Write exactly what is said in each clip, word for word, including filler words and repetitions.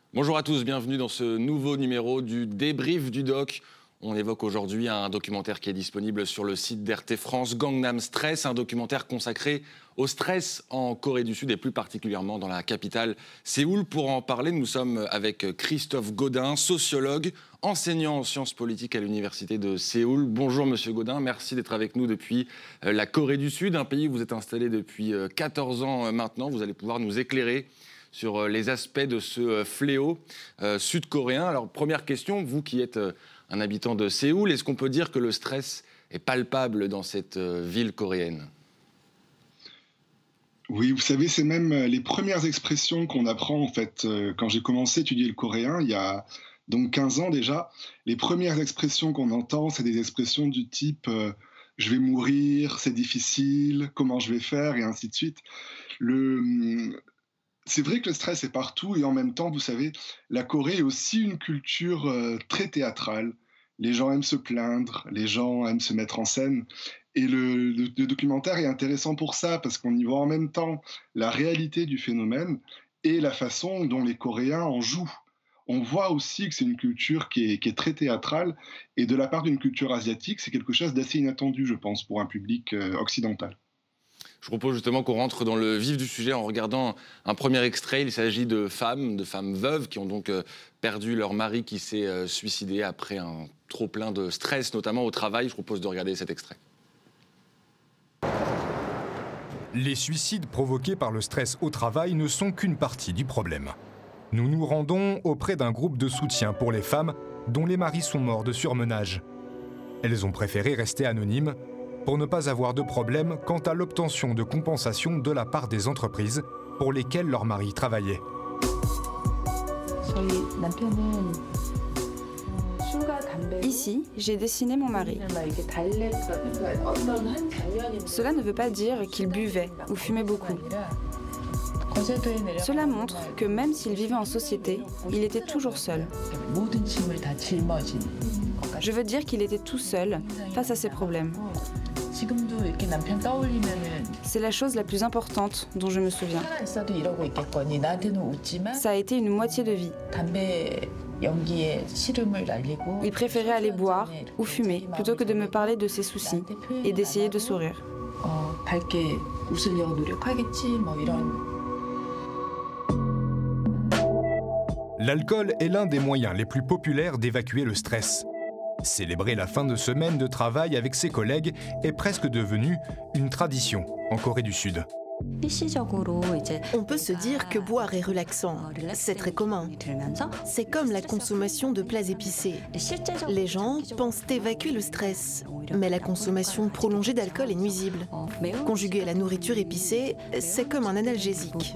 Bonjour à tous, bienvenue dans ce nouveau numéro du débrief du doc. On évoque aujourd'hui un documentaire qui est disponible sur le site d'R T France, Gangnam Stress, un documentaire consacré au stress en Corée du Sud et plus particulièrement dans la capitale Séoul. Pour en parler, nous sommes avec Christophe Godin, sociologue, enseignant en sciences politiques à l'université de Séoul. Bonjour Monsieur Godin, merci d'être avec nous depuis la Corée du Sud, un pays où vous êtes installé depuis quatorze ans maintenant. Vous allez pouvoir nous éclairer sur les aspects de ce fléau euh, sud-coréen. Alors, première question, vous qui êtes euh, un habitant de Séoul, est-ce qu'on peut dire que le stress est palpable dans cette euh, ville coréenne ? Oui, vous savez, c'est même les premières expressions qu'on apprend, en fait, euh, quand j'ai commencé à étudier le coréen, il y a donc quinze ans déjà. Les premières expressions qu'on entend, c'est des expressions du type euh, « je vais mourir, c'est difficile, comment je vais faire ?» et ainsi de suite. Le... C'est vrai que le stress est partout et en même temps, vous savez, la Corée est aussi une culture euh, très théâtrale. Les gens aiment se plaindre, les gens aiment se mettre en scène. Et le, le- le documentaire est intéressant pour ça, parce qu'on y voit en même temps la réalité du phénomène et la façon dont les Coréens en jouent. On voit aussi que c'est une culture qui est, qui est très théâtrale, et de la part d'une culture asiatique, c'est quelque chose d'assez inattendu, je pense, pour un public euh, occidental. Je propose justement qu'on rentre dans le vif du sujet en regardant un premier extrait. Il s'agit de femmes, de femmes veuves qui ont donc euh, perdu leur mari qui s'est euh, suicidé après un trop-plein de stress, notamment au travail. Je propose de regarder cet extrait. Les suicides provoqués par le stress au travail ne sont qu'une partie du problème. Nous nous rendons auprès d'un groupe de soutien pour les femmes dont les maris sont morts de surmenage. Elles ont préféré rester anonymes pour ne pas avoir de problème quant à l'obtention de compensation de la part des entreprises pour lesquelles leurs maris travaillaient. Ici, j'ai dessiné mon mari. Cela ne veut pas dire qu'il buvait ou fumait beaucoup. Cela montre que même s'il vivait en société, il était toujours seul. Je veux dire qu'il était tout seul face à ses problèmes. C'est la chose la plus importante dont je me souviens. Ça a été une moitié de vie. Il préférait aller boire ou fumer plutôt que de me parler de ses soucis et d'essayer de sourire. L'alcool est l'un des moyens les plus populaires d'évacuer le stress. Célébrer la fin de semaine de travail avec ses collègues est presque devenu une tradition en Corée du Sud. On peut se dire que boire est relaxant. C'est très commun. C'est comme la consommation de plats épicés. Les gens pensent évacuer le stress, mais la consommation prolongée d'alcool est nuisible. Conjuguée à la nourriture épicée, c'est comme un analgésique.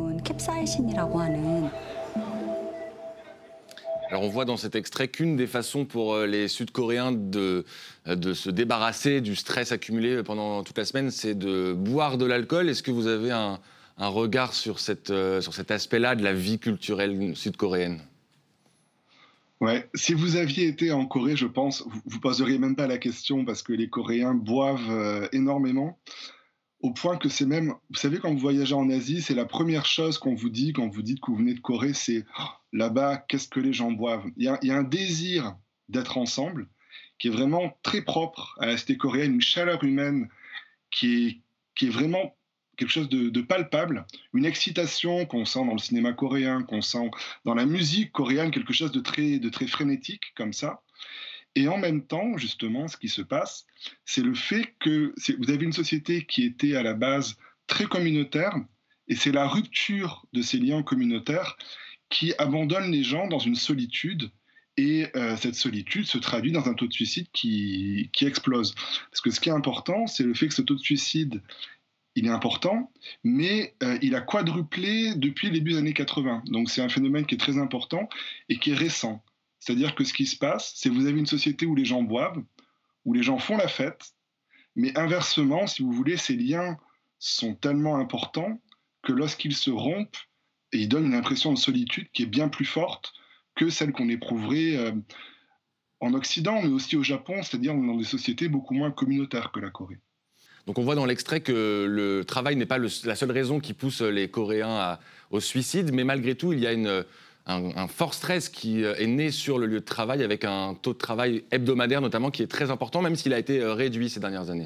Alors on voit dans cet extrait qu'une des façons pour les Sud-Coréens de, de se débarrasser du stress accumulé pendant toute la semaine, c'est de boire de l'alcool. Est-ce que vous avez un, un regard sur, cette, sur cet aspect-là de la vie culturelle sud-coréenne ? Ouais, si vous aviez été en Corée, je pense, vous ne poseriez même pas la question parce que les Coréens boivent euh, énormément, au point que c'est même, vous savez, quand vous voyagez en Asie, c'est la première chose qu'on vous dit quand vous dites que vous venez de Corée, c'est oh, là-bas, qu'est-ce que les gens boivent ? Il y a, il y a un désir d'être ensemble qui est vraiment très propre à la cité coréenne, une chaleur humaine qui est, qui est vraiment quelque chose de, de palpable, une excitation qu'on sent dans le cinéma coréen, qu'on sent dans la musique coréenne, quelque chose de très, de très frénétique comme ça. Et en même temps, justement, ce qui se passe, c'est le fait que c'est, vous avez une société qui était à la base très communautaire, et c'est la rupture de ces liens communautaires qui abandonne les gens dans une solitude, et euh, cette solitude se traduit dans un taux de suicide qui, qui explose. Parce que ce qui est important, c'est le fait que ce taux de suicide, il est important, mais euh, il a quadruplé depuis le début des années quatre-vingts. Donc c'est un phénomène qui est très important et qui est récent. C'est-à-dire que ce qui se passe, c'est que vous avez une société où les gens boivent, où les gens font la fête, mais inversement, si vous voulez, ces liens sont tellement importants que lorsqu'ils se rompent, ils donnent une impression de solitude qui est bien plus forte que celle qu'on éprouverait euh, en Occident, mais aussi au Japon, c'est-à-dire dans des sociétés beaucoup moins communautaires que la Corée. Donc on voit dans l'extrait que le travail n'est pas le, la seule raison qui pousse les Coréens à, au suicide, mais malgré tout, il y a une, un, un fort stress qui est né sur le lieu de travail avec un taux de travail hebdomadaire notamment qui est très important, même s'il a été réduit ces dernières années.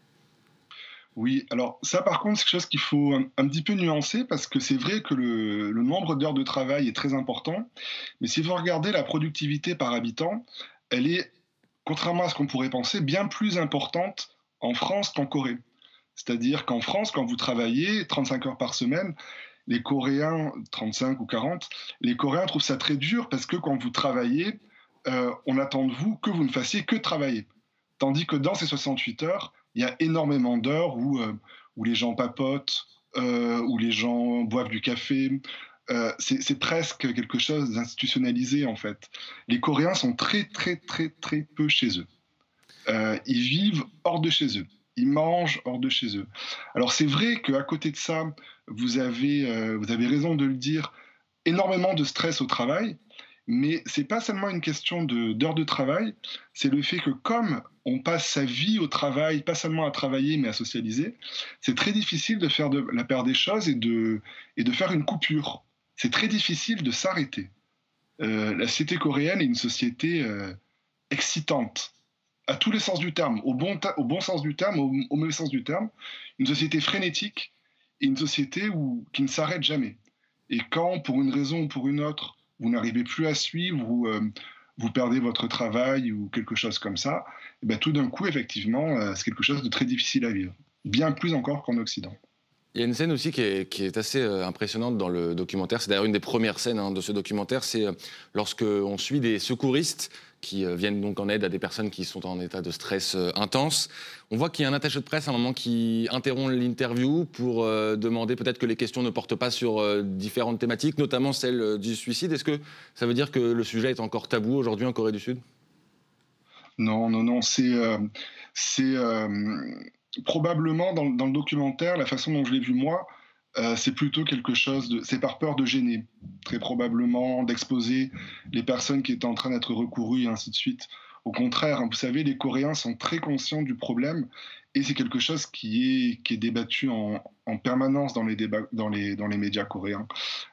Oui, alors ça par contre c'est quelque chose qu'il faut un, un petit peu nuancer parce que c'est vrai que le, le nombre d'heures de travail est très important, mais si vous regardez la productivité par habitant, elle est, contrairement à ce qu'on pourrait penser, bien plus importante en France qu'en Corée. C'est-à-dire qu'en France, quand vous travaillez trente-cinq heures par semaine, les Coréens, trente-cinq ou quarante, les Coréens trouvent ça très dur parce que quand vous travaillez, euh, on attend de vous que vous ne fassiez que travailler. Tandis que dans ces soixante-huit heures, il y a énormément d'heures où, euh, où les gens papotent, euh, où les gens boivent du café. Euh, c'est, c'est presque quelque chose d'institutionnalisé, en fait. Les Coréens sont très, très, très, très peu chez eux. Euh, ils vivent hors de chez eux. Ils mangent hors de chez eux. Alors, c'est vrai qu'à côté de ça, vous avez, euh, vous avez raison de le dire, énormément de stress au travail. Mais ce n'est pas seulement une question de, d'heures de travail, c'est le fait que comme on passe sa vie au travail, pas seulement à travailler, mais à socialiser, c'est très difficile de faire de la part des choses et de, et de faire une coupure. C'est très difficile de s'arrêter. Euh, la société coréenne est une société euh, excitante, à tous les sens du terme, au bon, ta- au bon sens du terme, au, au mauvais sens du terme, une société frénétique et une société où, qui ne s'arrête jamais. Et quand, pour une raison ou pour une autre, vous n'arrivez plus à suivre ou euh, vous perdez votre travail ou quelque chose comme ça, et bien tout d'un coup, effectivement, euh, c'est quelque chose de très difficile à vivre. Bien plus encore qu'en Occident. Il y a une scène aussi qui est, qui est assez euh, impressionnante dans le documentaire. C'est d'ailleurs une des premières scènes hein, de ce documentaire. C'est euh, lorsque on suit des secouristes qui euh, viennent donc en aide à des personnes qui sont en état de stress euh, intense. On voit qu'il y a un attaché de presse à un moment qui interrompt l'interview pour euh, demander peut-être que les questions ne portent pas sur euh, différentes thématiques, notamment celle euh, du suicide. Est-ce que ça veut dire que le sujet est encore tabou aujourd'hui en Corée du Sud ? Non, non, non. C'est, euh, c'est euh, probablement dans, dans le documentaire, la façon dont je l'ai vu moi, euh, c'est plutôt quelque chose de. C'est par peur de gêner, très probablement, d'exposer les personnes qui étaient en train d'être recourues et ainsi de suite. Au contraire, hein, vous savez, les Coréens sont très conscients du problème et c'est quelque chose qui est, qui est débattu en, en permanence dans les, débats, dans, les, dans les médias coréens.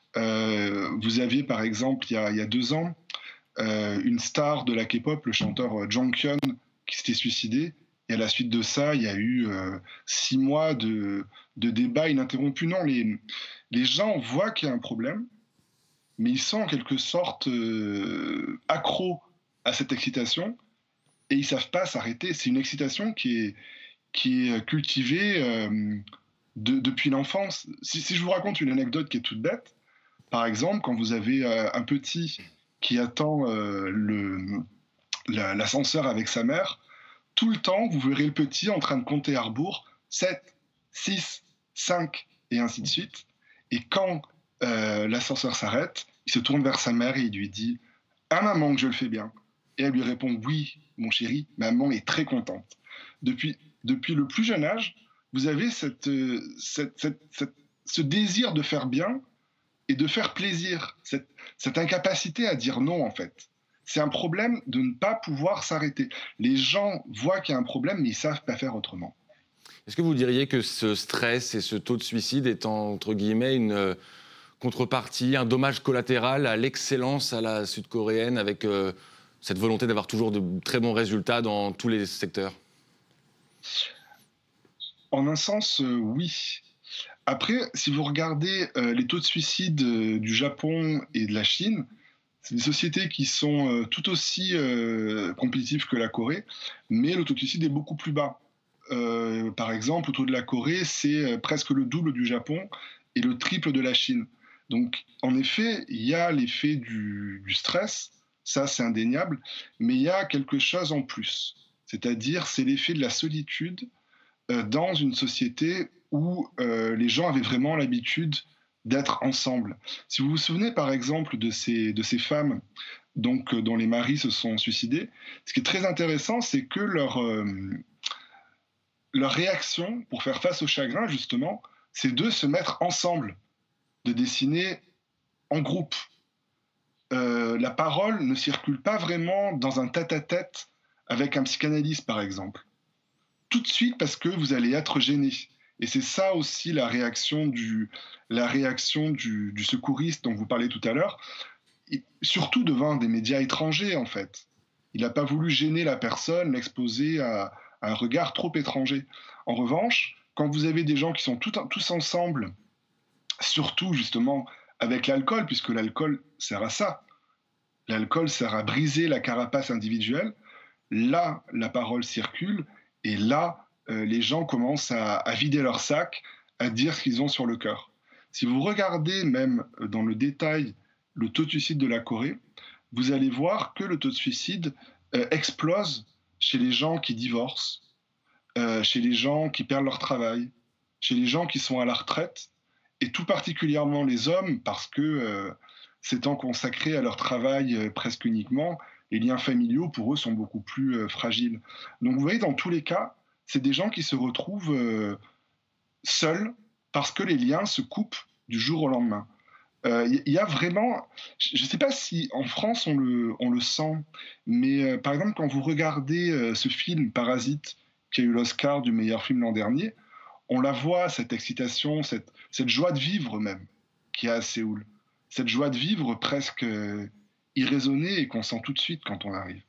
Euh, vous aviez, par exemple, il y a, il y a deux ans, euh, une star de la K-pop, le chanteur Jonghyun, qui s'était suicidé. Et à la suite de ça, il y a eu euh, six mois de, de débats ininterrompus. Non, les, les gens voient qu'il y a un problème, mais ils sont en quelque sorte euh, accros à cette excitation et ils ne savent pas s'arrêter. C'est une excitation qui est, qui est cultivée euh, de, depuis l'enfance. Si, si je vous raconte une anecdote qui est toute bête, par exemple, quand vous avez euh, un petit qui attend euh, le, la, l'ascenseur avec sa mère, tout le temps, vous verrez le petit en train de compter à rebours, sept, six, cinq, et ainsi de suite. Et quand euh, l'ascenseur s'arrête, il se tourne vers sa mère et il lui dit « Ah maman, que je le fais bien !» Et elle lui répond « Oui, mon chéri, maman est très contente. » Depuis, depuis le plus jeune âge, vous avez cette, cette, cette, cette, ce désir de faire bien et de faire plaisir, cette, cette incapacité à dire non, en fait. C'est un problème de ne pas pouvoir s'arrêter. Les gens voient qu'il y a un problème, mais ils ne savent pas faire autrement. Est-ce que vous diriez que ce stress et ce taux de suicide est, entre guillemets, une contrepartie, un dommage collatéral à l'excellence à la sud-coréenne, avec euh, cette volonté d'avoir toujours de très bons résultats dans tous les secteurs ? En un sens, euh, oui. Après, si vous regardez euh, les taux de suicide euh, du Japon et de la Chine, c'est des sociétés qui sont euh, tout aussi euh, compétitives que la Corée, mais le taux de suicide est beaucoup plus bas. Euh, par exemple, le taux de la Corée, c'est euh, presque le double du Japon et le triple de la Chine. Donc, en effet, il y a l'effet du, du stress, ça c'est indéniable, mais il y a quelque chose en plus. C'est-à-dire, c'est l'effet de la solitude euh, dans une société où euh, les gens avaient vraiment l'habitude d'être ensemble. Si vous vous souvenez par exemple de ces, de ces femmes donc, dont les maris se sont suicidés, ce qui est très intéressant, c'est que leur, euh, leur réaction pour faire face au chagrin, justement, c'est de se mettre ensemble, de dessiner en groupe. Euh, la parole ne circule pas vraiment dans un tête-à-tête avec un psychanalyste, par exemple. Tout de suite parce que vous allez être gêné. Et c'est ça aussi la réaction du, la réaction du, du secouriste dont vous parlez tout à l'heure. surtout devant des médias étrangers, en fait. Il n'a pas voulu gêner la personne, l'exposer à, à un regard trop étranger. En revanche, quand vous avez des gens qui sont tout, tous ensemble, surtout justement avec l'alcool, puisque l'alcool sert à ça, l'alcool sert à briser la carapace individuelle, là, la parole circule, et là, euh, les gens commencent à, à vider leur sac, à dire ce qu'ils ont sur le cœur. Si vous regardez même dans le détail le taux de suicide de la Corée, vous allez voir que le taux de suicide euh, explose chez les gens qui divorcent, euh, chez les gens qui perdent leur travail, chez les gens qui sont à la retraite, et tout particulièrement les hommes, parce que euh, s'étant consacrés à leur travail euh, presque uniquement, les liens familiaux, pour eux, sont beaucoup plus euh, fragiles. Donc vous voyez, dans tous les cas, c'est des gens qui se retrouvent euh, seuls parce que les liens se coupent du jour au lendemain. Il euh, y, y a vraiment... Je ne sais pas si en France on le, on le sent, mais euh, par exemple, quand vous regardez euh, ce film Parasite, qui a eu l'Oscar du meilleur film l'an dernier, on la voit, cette excitation, cette, cette joie de vivre même, qu'il y a à Séoul. Cette joie de vivre presque euh, irraisonnée et qu'on sent tout de suite quand on arrive.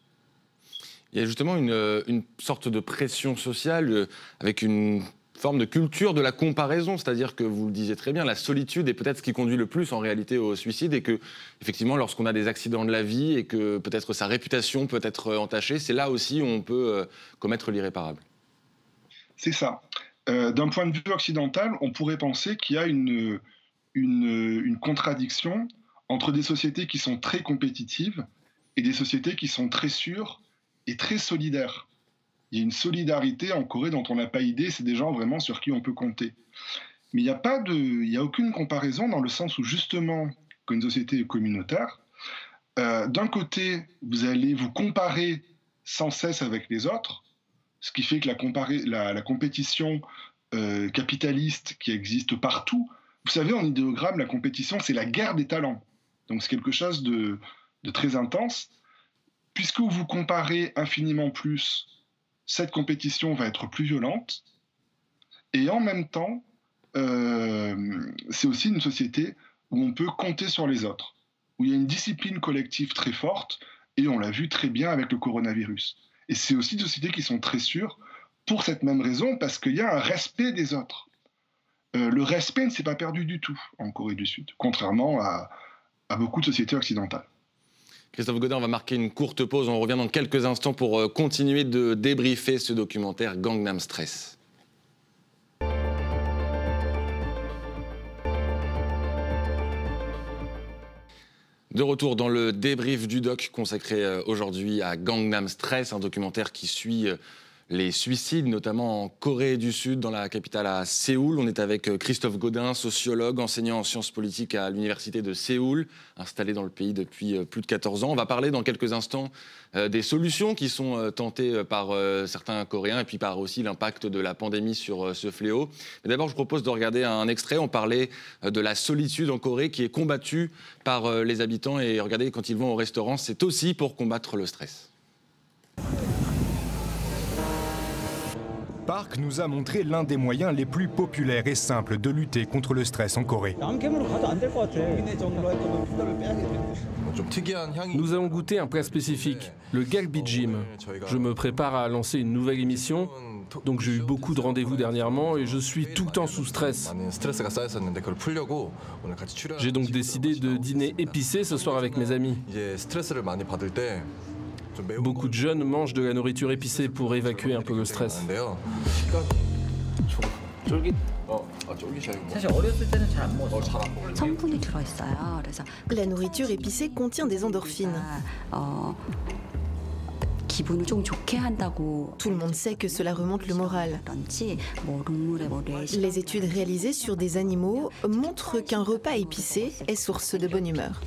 Il y a justement une, une sorte de pression sociale euh, avec une forme de culture de la comparaison, c'est-à-dire que vous le disiez très bien, la solitude est peut-être ce qui conduit le plus en réalité au suicide et que, effectivement, lorsqu'on a des accidents de la vie et que peut-être sa réputation peut être entachée, c'est là aussi où on peut euh, commettre l'irréparable. C'est ça. Euh, d'un point de vue occidental, on pourrait penser qu'il y a une, une, une contradiction entre des sociétés qui sont très compétitives et des sociétés qui sont très sûres et très solidaires. Il y a une solidarité en Corée dont on n'a pas idée, c'est des gens vraiment sur qui on peut compter. Mais il n'y a pas de, il n'y a aucune comparaison dans le sens où justement, quand une société est communautaire, euh, d'un côté, vous allez vous comparer sans cesse avec les autres, ce qui fait que la, comparé, la, la compétition euh, capitaliste qui existe partout, vous savez, en idéogramme, la compétition, c'est la guerre des talents. Donc c'est quelque chose de, de très intense. Puisque vous vous comparez infiniment plus, cette compétition va être plus violente. Et en même temps, euh, c'est aussi une société où on peut compter sur les autres, où il y a une discipline collective très forte, et on l'a vu très bien avec le coronavirus. Et c'est aussi des sociétés qui sont très sûres pour cette même raison, parce qu'il y a un respect des autres. Euh, le respect ne s'est pas perdu du tout en Corée du Sud, contrairement à, à beaucoup de sociétés occidentales. Christophe Godin, on va marquer une courte pause. On revient dans quelques instants pour continuer de débriefer ce documentaire Gangnam Stress. De retour dans le débrief du doc consacré aujourd'hui à Gangnam Stress, un documentaire qui suit les suicides, notamment en Corée du Sud, dans la capitale à Séoul. On est avec Christophe Godin, sociologue, enseignant en sciences politiques à l'université de Séoul, installé dans le pays depuis plus de quatorze ans. On va parler dans quelques instants euh, des solutions qui sont euh, tentées par euh, certains Coréens et puis par aussi l'impact de la pandémie sur euh, ce fléau. Mais d'abord, je propose de regarder un extrait. On parlait euh, de la solitude en Corée qui est combattue par euh, les habitants. Et regardez, quand ils vont au restaurant, c'est aussi pour combattre le stress. Park nous a montré l'un des moyens les plus populaires et simples de lutter contre le stress en Corée. Nous allons goûter un plat spécifique, le galbijjim. Je me prépare à lancer une nouvelle émission, donc j'ai eu beaucoup de rendez-vous dernièrement et je suis tout le temps sous stress. J'ai donc décidé de dîner épicé ce soir avec mes amis. Beaucoup de jeunes mangent de la nourriture épicée pour évacuer un peu le stress. La nourriture épicée contient des endorphines. Tout le monde sait que cela remonte le moral. Les études réalisées sur des animaux montrent qu'un repas épicé est source de bonne humeur.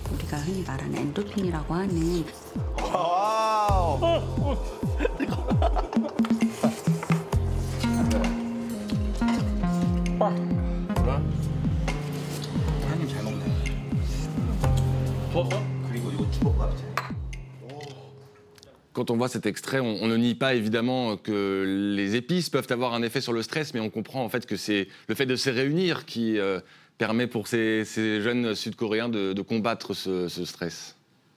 Quand on voit cet extrait, on, on ne nie pas évidemment que les épices peuvent avoir un effet sur le stress, mais on comprend en fait que c'est le fait de se réunir qui euh, permet pour ces, ces jeunes Sud-Coréens de, de combattre ce, ce stress?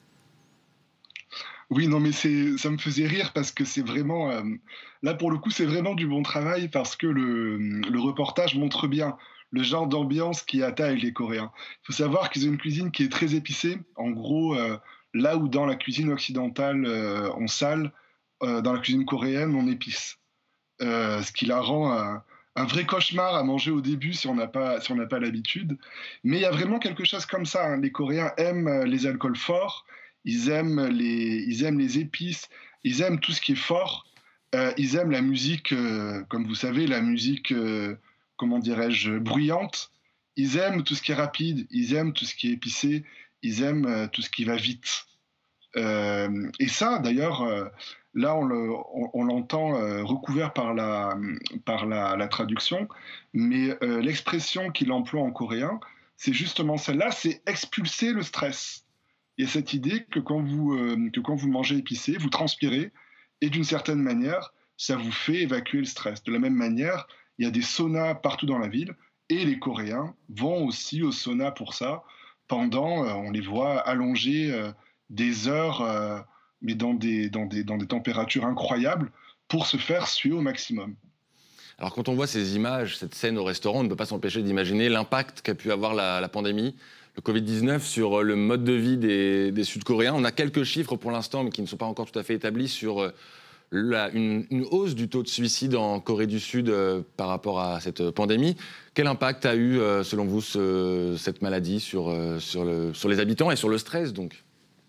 Oui, non, mais c'est, ça me faisait rire parce que c'est vraiment, euh, là pour le coup, c'est vraiment du bon travail parce que le, le reportage montre bien le genre d'ambiance qui attaque les Coréens. Il faut savoir qu'ils ont une cuisine qui est très épicée. En gros, euh, là où dans la cuisine occidentale euh, on sale, euh, dans la cuisine coréenne on épice. Euh, ce qui la rend un, un vrai cauchemar à manger au début si on n'a pas, si on n'a pas l'habitude. Mais il y a vraiment quelque chose comme ça, hein. Les Coréens aiment euh, les alcools forts, ils aiment les, ils aiment les épices, ils aiment tout ce qui est fort. Euh, ils aiment la musique, euh, comme vous savez, la musique, euh, comment dirais-je, bruyante. Ils aiment tout ce qui est rapide, ils aiment tout ce qui est épicé, ils aiment euh, tout ce qui va vite. Euh, et ça, d'ailleurs, euh, là, on, le, on, on l'entend euh, recouvert par la, par la, la traduction, mais euh, l'expression qu'il emploie en coréen, c'est justement celle-là, c'est expulser le stress. Il y a cette idée que quand vous, euh, que quand vous mangez épicé, vous transpirez, et d'une certaine manière, ça vous fait évacuer le stress. De la même manière, il y a des saunas partout dans la ville, et les Coréens vont aussi au sauna pour ça. Pendant, euh, on les voit allonger euh, des heures, euh, mais dans des, dans, des, dans des températures incroyables, pour se faire suer au maximum. Alors quand on voit ces images, cette scène au restaurant, on ne peut pas s'empêcher d'imaginer l'impact qu'a pu avoir la, la pandémie, le covid dix-neuf, sur le mode de vie des, des Sud-Coréens. On a quelques chiffres pour l'instant, mais qui ne sont pas encore tout à fait établis, sur la, une, une hausse du taux de suicide en Corée du Sud euh, par rapport à cette pandémie. Quel impact a eu, euh, selon vous, ce, cette maladie sur, euh, sur, le, sur les habitants et sur le stress, donc?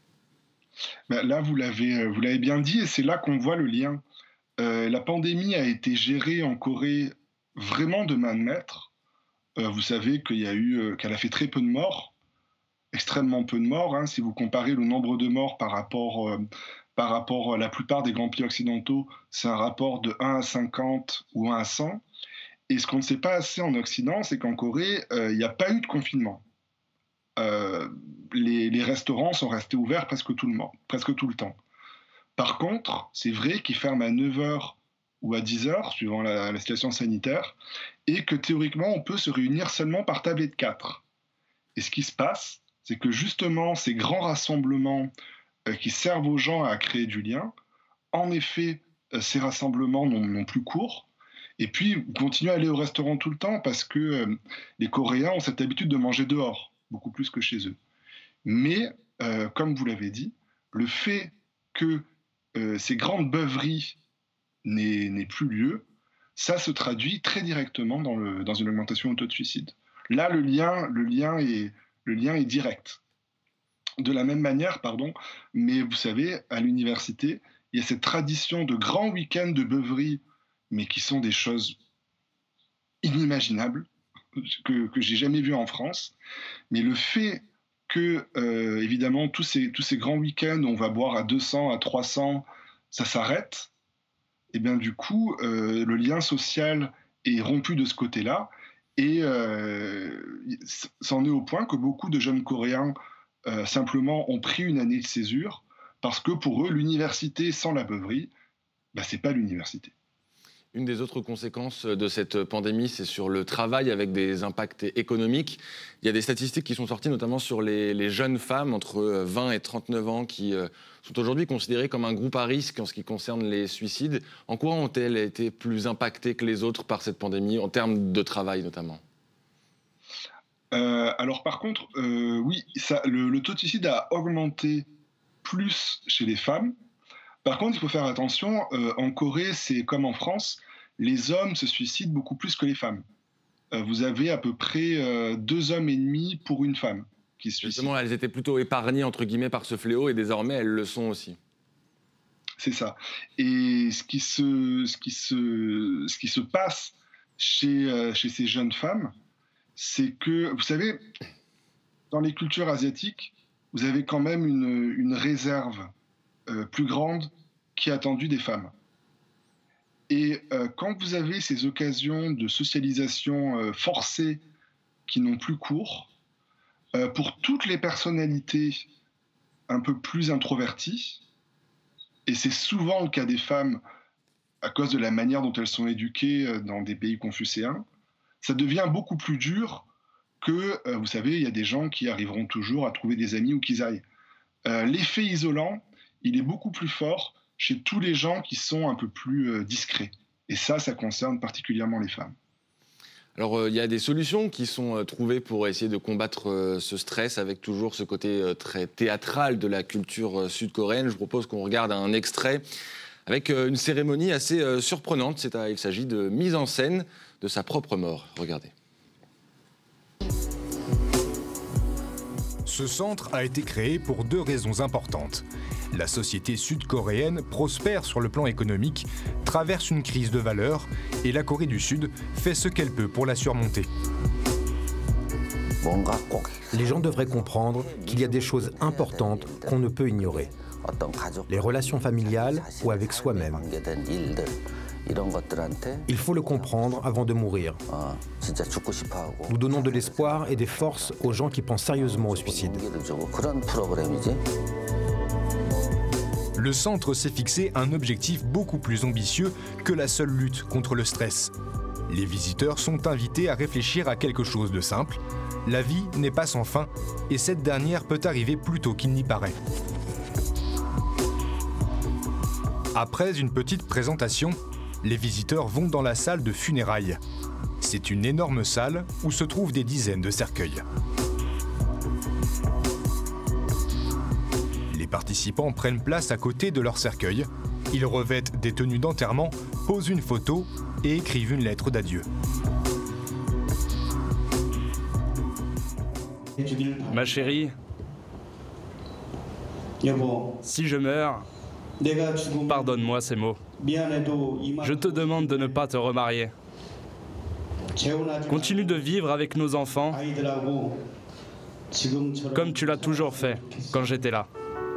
Ben là, vous l'avez, vous l'avez bien dit, et c'est là qu'on voit le lien. Euh, la pandémie a été gérée en Corée vraiment de main de maître. Euh, vous savez qu'il y a eu, euh, qu'elle a fait très peu de morts, extrêmement peu de morts. Hein, si vous comparez le nombre de morts par rapport, euh, par rapport à la plupart des grands pays occidentaux, c'est un rapport de un à cinquante ou un à cent. Et ce qu'on ne sait pas assez en Occident, c'est qu'en Corée, euh, il n'y a pas eu de confinement. Euh, les, les restaurants sont restés ouverts presque tout, le, presque tout le temps. Par contre, c'est vrai qu'ils ferment à neuf heures ou à dix heures, suivant la, la situation sanitaire, et que théoriquement, on peut se réunir seulement par tablée de quatre. Et ce qui se passe, c'est que justement, ces grands rassemblements euh, qui servent aux gens à créer du lien, en effet, euh, ces rassemblements n'ont, n'ont plus cours. Et puis, vous continuez à aller au restaurant tout le temps parce que euh, les Coréens ont cette habitude de manger dehors, beaucoup plus que chez eux. Mais, euh, comme vous l'avez dit, le fait que euh, ces grandes beuveries n'aient, n'aient plus lieu, ça se traduit très directement dans, le, dans une augmentation du taux de suicide. Là, le lien, le lien est, le lien est direct. De la même manière, pardon, mais vous savez, à l'université, il y a cette tradition de grands week-ends de beuveries, mais qui sont des choses inimaginables, que, que j'ai jamais vues en France. Mais le fait que, euh, évidemment, tous ces, tous ces grands week-ends où on va boire à deux cents, à trois cents, ça s'arrête, et bien du coup, euh, le lien social est rompu de ce côté-là, et euh, c'en est au point que beaucoup de jeunes Coréens euh, simplement ont pris une année de césure, parce que pour eux, l'université sans la beuverie, ben, c'est pas l'université. Une des autres conséquences de cette pandémie, c'est sur le travail avec des impacts économiques. Il y a des statistiques qui sont sorties, notamment sur les, les jeunes femmes entre vingt et trente-neuf ans qui euh, sont aujourd'hui considérées comme un groupe à risque en ce qui concerne les suicides. En quoi ont-elles été plus impactées que les autres par cette pandémie, en termes de travail notamment ? euh, Alors par contre, euh, oui, ça, le, le taux de suicide a augmenté plus chez les femmes. Par contre, il faut faire attention, euh, en Corée, c'est comme en France, les hommes se suicident beaucoup plus que les femmes. Euh, vous avez à peu près euh, deux hommes et demi pour une femme qui se suicident. Justement, elles étaient plutôt épargnées, entre guillemets, par ce fléau, et désormais, elles le sont aussi. C'est ça. Et ce qui se, ce qui se, ce qui se passe chez, euh, chez ces jeunes femmes, c'est que, vous savez, dans les cultures asiatiques, vous avez quand même une, une réserve Euh, plus grande qui est attendue des femmes. Et euh, quand vous avez ces occasions de socialisation euh, forcée qui n'ont plus cours, euh, pour toutes les personnalités un peu plus introverties, et c'est souvent le cas des femmes à cause de la manière dont elles sont éduquées dans des pays confucéens, ça devient beaucoup plus dur que, euh, vous savez, il y a des gens qui arriveront toujours à trouver des amis où qu'ils aillent. Euh, l'effet isolant, il est beaucoup plus fort chez tous les gens qui sont un peu plus euh, discrets. Et ça, ça concerne particulièrement les femmes. Alors, il euh, y a des solutions qui sont euh, trouvées pour essayer de combattre euh, ce stress, avec toujours ce côté euh, très théâtral de la culture euh, sud-coréenne. Je vous propose qu'on regarde un extrait avec euh, une cérémonie assez euh, surprenante. C'est, euh, il s'agit de mise en scène de sa propre mort. Regardez. Ce centre a été créé pour deux raisons importantes. La société sud-coréenne prospère sur le plan économique, traverse une crise de valeurs et la Corée du Sud fait ce qu'elle peut pour la surmonter. Les gens devraient comprendre qu'il y a des choses importantes qu'on ne peut ignorer. Les relations familiales ou avec soi-même. Il faut le comprendre avant de mourir. Nous donnons de l'espoir et des forces aux gens qui pensent sérieusement au suicide. Le centre s'est fixé un objectif beaucoup plus ambitieux que la seule lutte contre le stress. Les visiteurs sont invités à réfléchir à quelque chose de simple. La vie n'est pas sans fin et cette dernière peut arriver plus tôt qu'il n'y paraît. Après une petite présentation, les visiteurs vont dans la salle de funérailles. C'est une énorme salle où se trouvent des dizaines de cercueils. Les participants prennent place à côté de leur cercueil. Ils revêtent des tenues d'enterrement, posent une photo et écrivent une lettre d'adieu. Ma chérie, si je meurs, pardonne-moi ces mots. Je te demande de ne pas te remarier. Continue de vivre avec nos enfants comme tu l'as toujours fait quand j'étais là.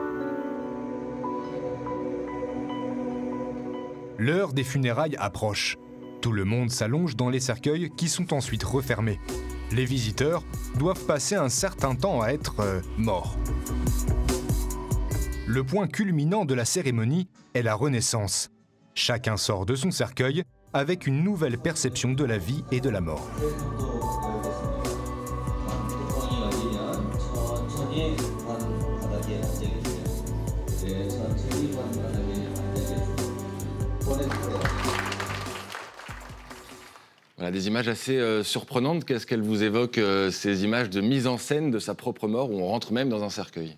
L'heure des funérailles approche. Tout le monde s'allonge dans les cercueils qui sont ensuite refermés. Les visiteurs doivent passer un certain temps à être euh, morts. Le point culminant de la cérémonie est la renaissance. Chacun sort de son cercueil avec une nouvelle perception de la vie et de la mort. Voilà, des images assez euh, surprenantes. Qu'est-ce qu'elles vous évoquent, euh, ces images de mise en scène de sa propre mort, où on rentre même dans un cercueil?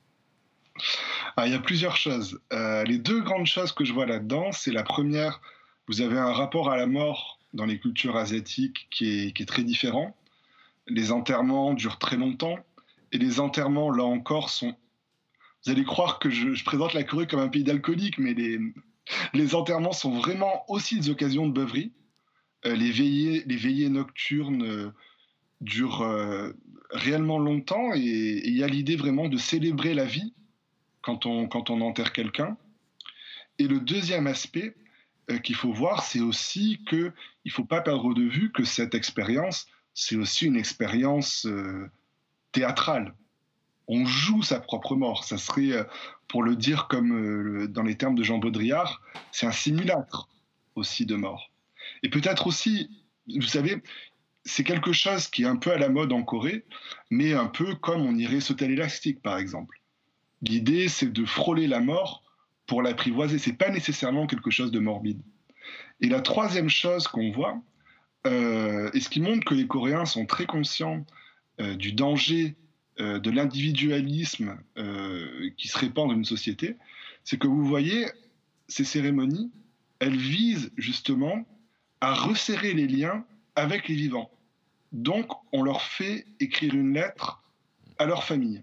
Ah, il y a plusieurs choses. Euh, les deux grandes choses que je vois là-dedans, c'est la première, vous avez un rapport à la mort dans les cultures asiatiques qui est, qui est très différent. Les enterrements durent très longtemps, et les enterrements, là encore, sont... Vous allez croire que je, je présente la Corée comme un pays d'alcooliques, mais les, les enterrements sont vraiment aussi des occasions de beuverie. Euh, les, veillées, les veillées nocturnes euh, durent euh, réellement longtemps, et il y a l'idée vraiment de célébrer la vie quand on, quand on enterre quelqu'un. Et le deuxième aspect euh, qu'il faut voir, c'est aussi qu'il ne faut pas perdre de vue que cette expérience, c'est aussi une expérience euh, théâtrale. On joue sa propre mort. Ça serait, euh, pour le dire comme euh, dans les termes de Jean Baudrillard, c'est un simulacre aussi de mort. Et peut-être aussi, vous savez, c'est quelque chose qui est un peu à la mode en Corée, mais un peu comme on irait sauter à l'élastique, par exemple. L'idée, c'est de frôler la mort pour l'apprivoiser. Ce n'est pas nécessairement quelque chose de morbide. Et la troisième chose qu'on voit, euh, et ce qui montre que les Coréens sont très conscients euh, du danger euh, de l'individualisme euh, qui se répand dans une société, c'est que vous voyez, ces cérémonies, elles visent justement à resserrer les liens avec les vivants. Donc, on leur fait écrire une lettre à leur famille.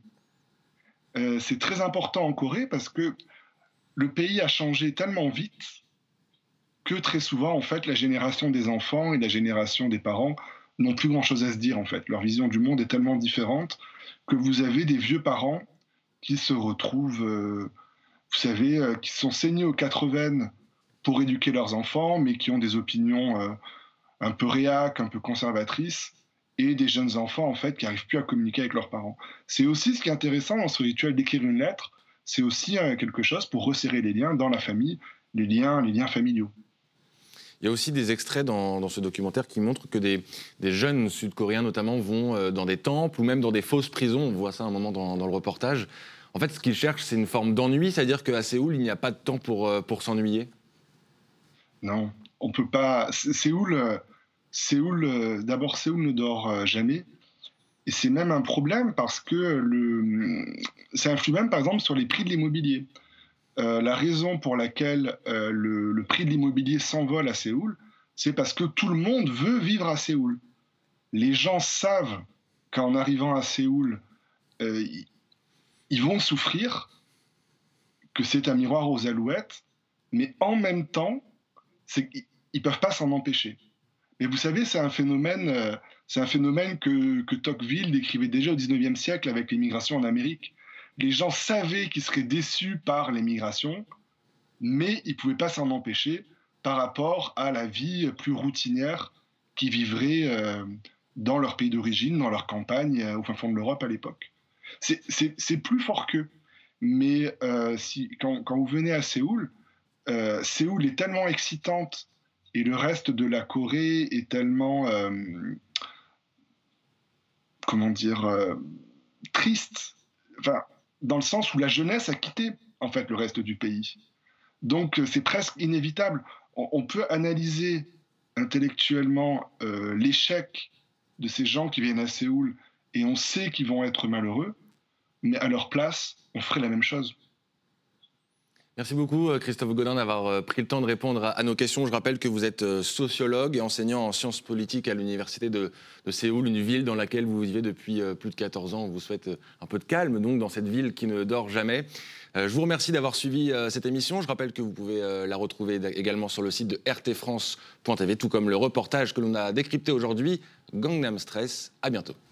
Euh, c'est très important en Corée parce que le pays a changé tellement vite que très souvent, en fait, la génération des enfants et la génération des parents n'ont plus grand-chose à se dire, en fait. Leur vision du monde est tellement différente que vous avez des vieux parents qui se retrouvent, euh, vous savez, euh, qui sont saignés aux quatre veines pour éduquer leurs enfants, mais qui ont des opinions euh, un peu réac, un peu conservatrices, et des jeunes enfants, en fait, qui n'arrivent plus à communiquer avec leurs parents. C'est aussi ce qui est intéressant dans ce rituel d'écrire une lettre, c'est aussi euh, quelque chose pour resserrer les liens dans la famille, les liens, les liens familiaux. Il y a aussi des extraits dans, dans ce documentaire qui montrent que des, des jeunes Sud-Coréens notamment vont dans des temples ou même dans des fausses prisons. On voit ça un moment dans, dans le reportage. En fait, ce qu'ils cherchent, c'est une forme d'ennui, c'est-à-dire qu'à Séoul, il n'y a pas de temps pour, pour s'ennuyer. Non, on ne peut pas. Séoul, Séoul, d'abord, Séoul ne dort jamais. Et c'est même un problème parce que le, ça influe même, par exemple, sur les prix de l'immobilier. Euh, la raison pour laquelle euh, le, le prix de l'immobilier s'envole à Séoul, c'est parce que tout le monde veut vivre à Séoul. Les gens savent qu'en arrivant à Séoul, euh, ils vont souffrir, que c'est un miroir aux alouettes, mais en même temps, c'est, ils ne peuvent pas s'en empêcher. Mais vous savez, c'est un phénomène, euh, c'est un phénomène que, que Tocqueville décrivait déjà au dix-neuvième siècle avec l'immigration en Amérique. Les gens savaient qu'ils seraient déçus par l'immigration, mais ils ne pouvaient pas s'en empêcher par rapport à la vie plus routinière qu'ils vivraient euh, dans leur pays d'origine, dans leur campagne, euh, au fin fond de l'Europe à l'époque. C'est, c'est, c'est plus fort qu'eux. Mais euh, si, quand, quand vous venez à Séoul, euh, Séoul est tellement excitante et le reste de la Corée est tellement, euh, comment dire, euh, triste. Enfin, dans le sens où la jeunesse a quitté en fait le reste du pays. Donc c'est presque inévitable. On, on peut analyser intellectuellement euh, l'échec de ces gens qui viennent à Séoul et on sait qu'ils vont être malheureux, mais à leur place, on ferait la même chose. Merci beaucoup Christophe Godin d'avoir pris le temps de répondre à nos questions. Je rappelle que vous êtes sociologue et enseignant en sciences politiques à l'université de, de Séoul, une ville dans laquelle vous vivez depuis plus de quatorze ans. On vous souhaite un peu de calme donc dans cette ville qui ne dort jamais. Je vous remercie d'avoir suivi cette émission. Je rappelle que vous pouvez la retrouver également sur le site de r t france point t v, tout comme le reportage que l'on a décrypté aujourd'hui, Gangnam Stress. À bientôt.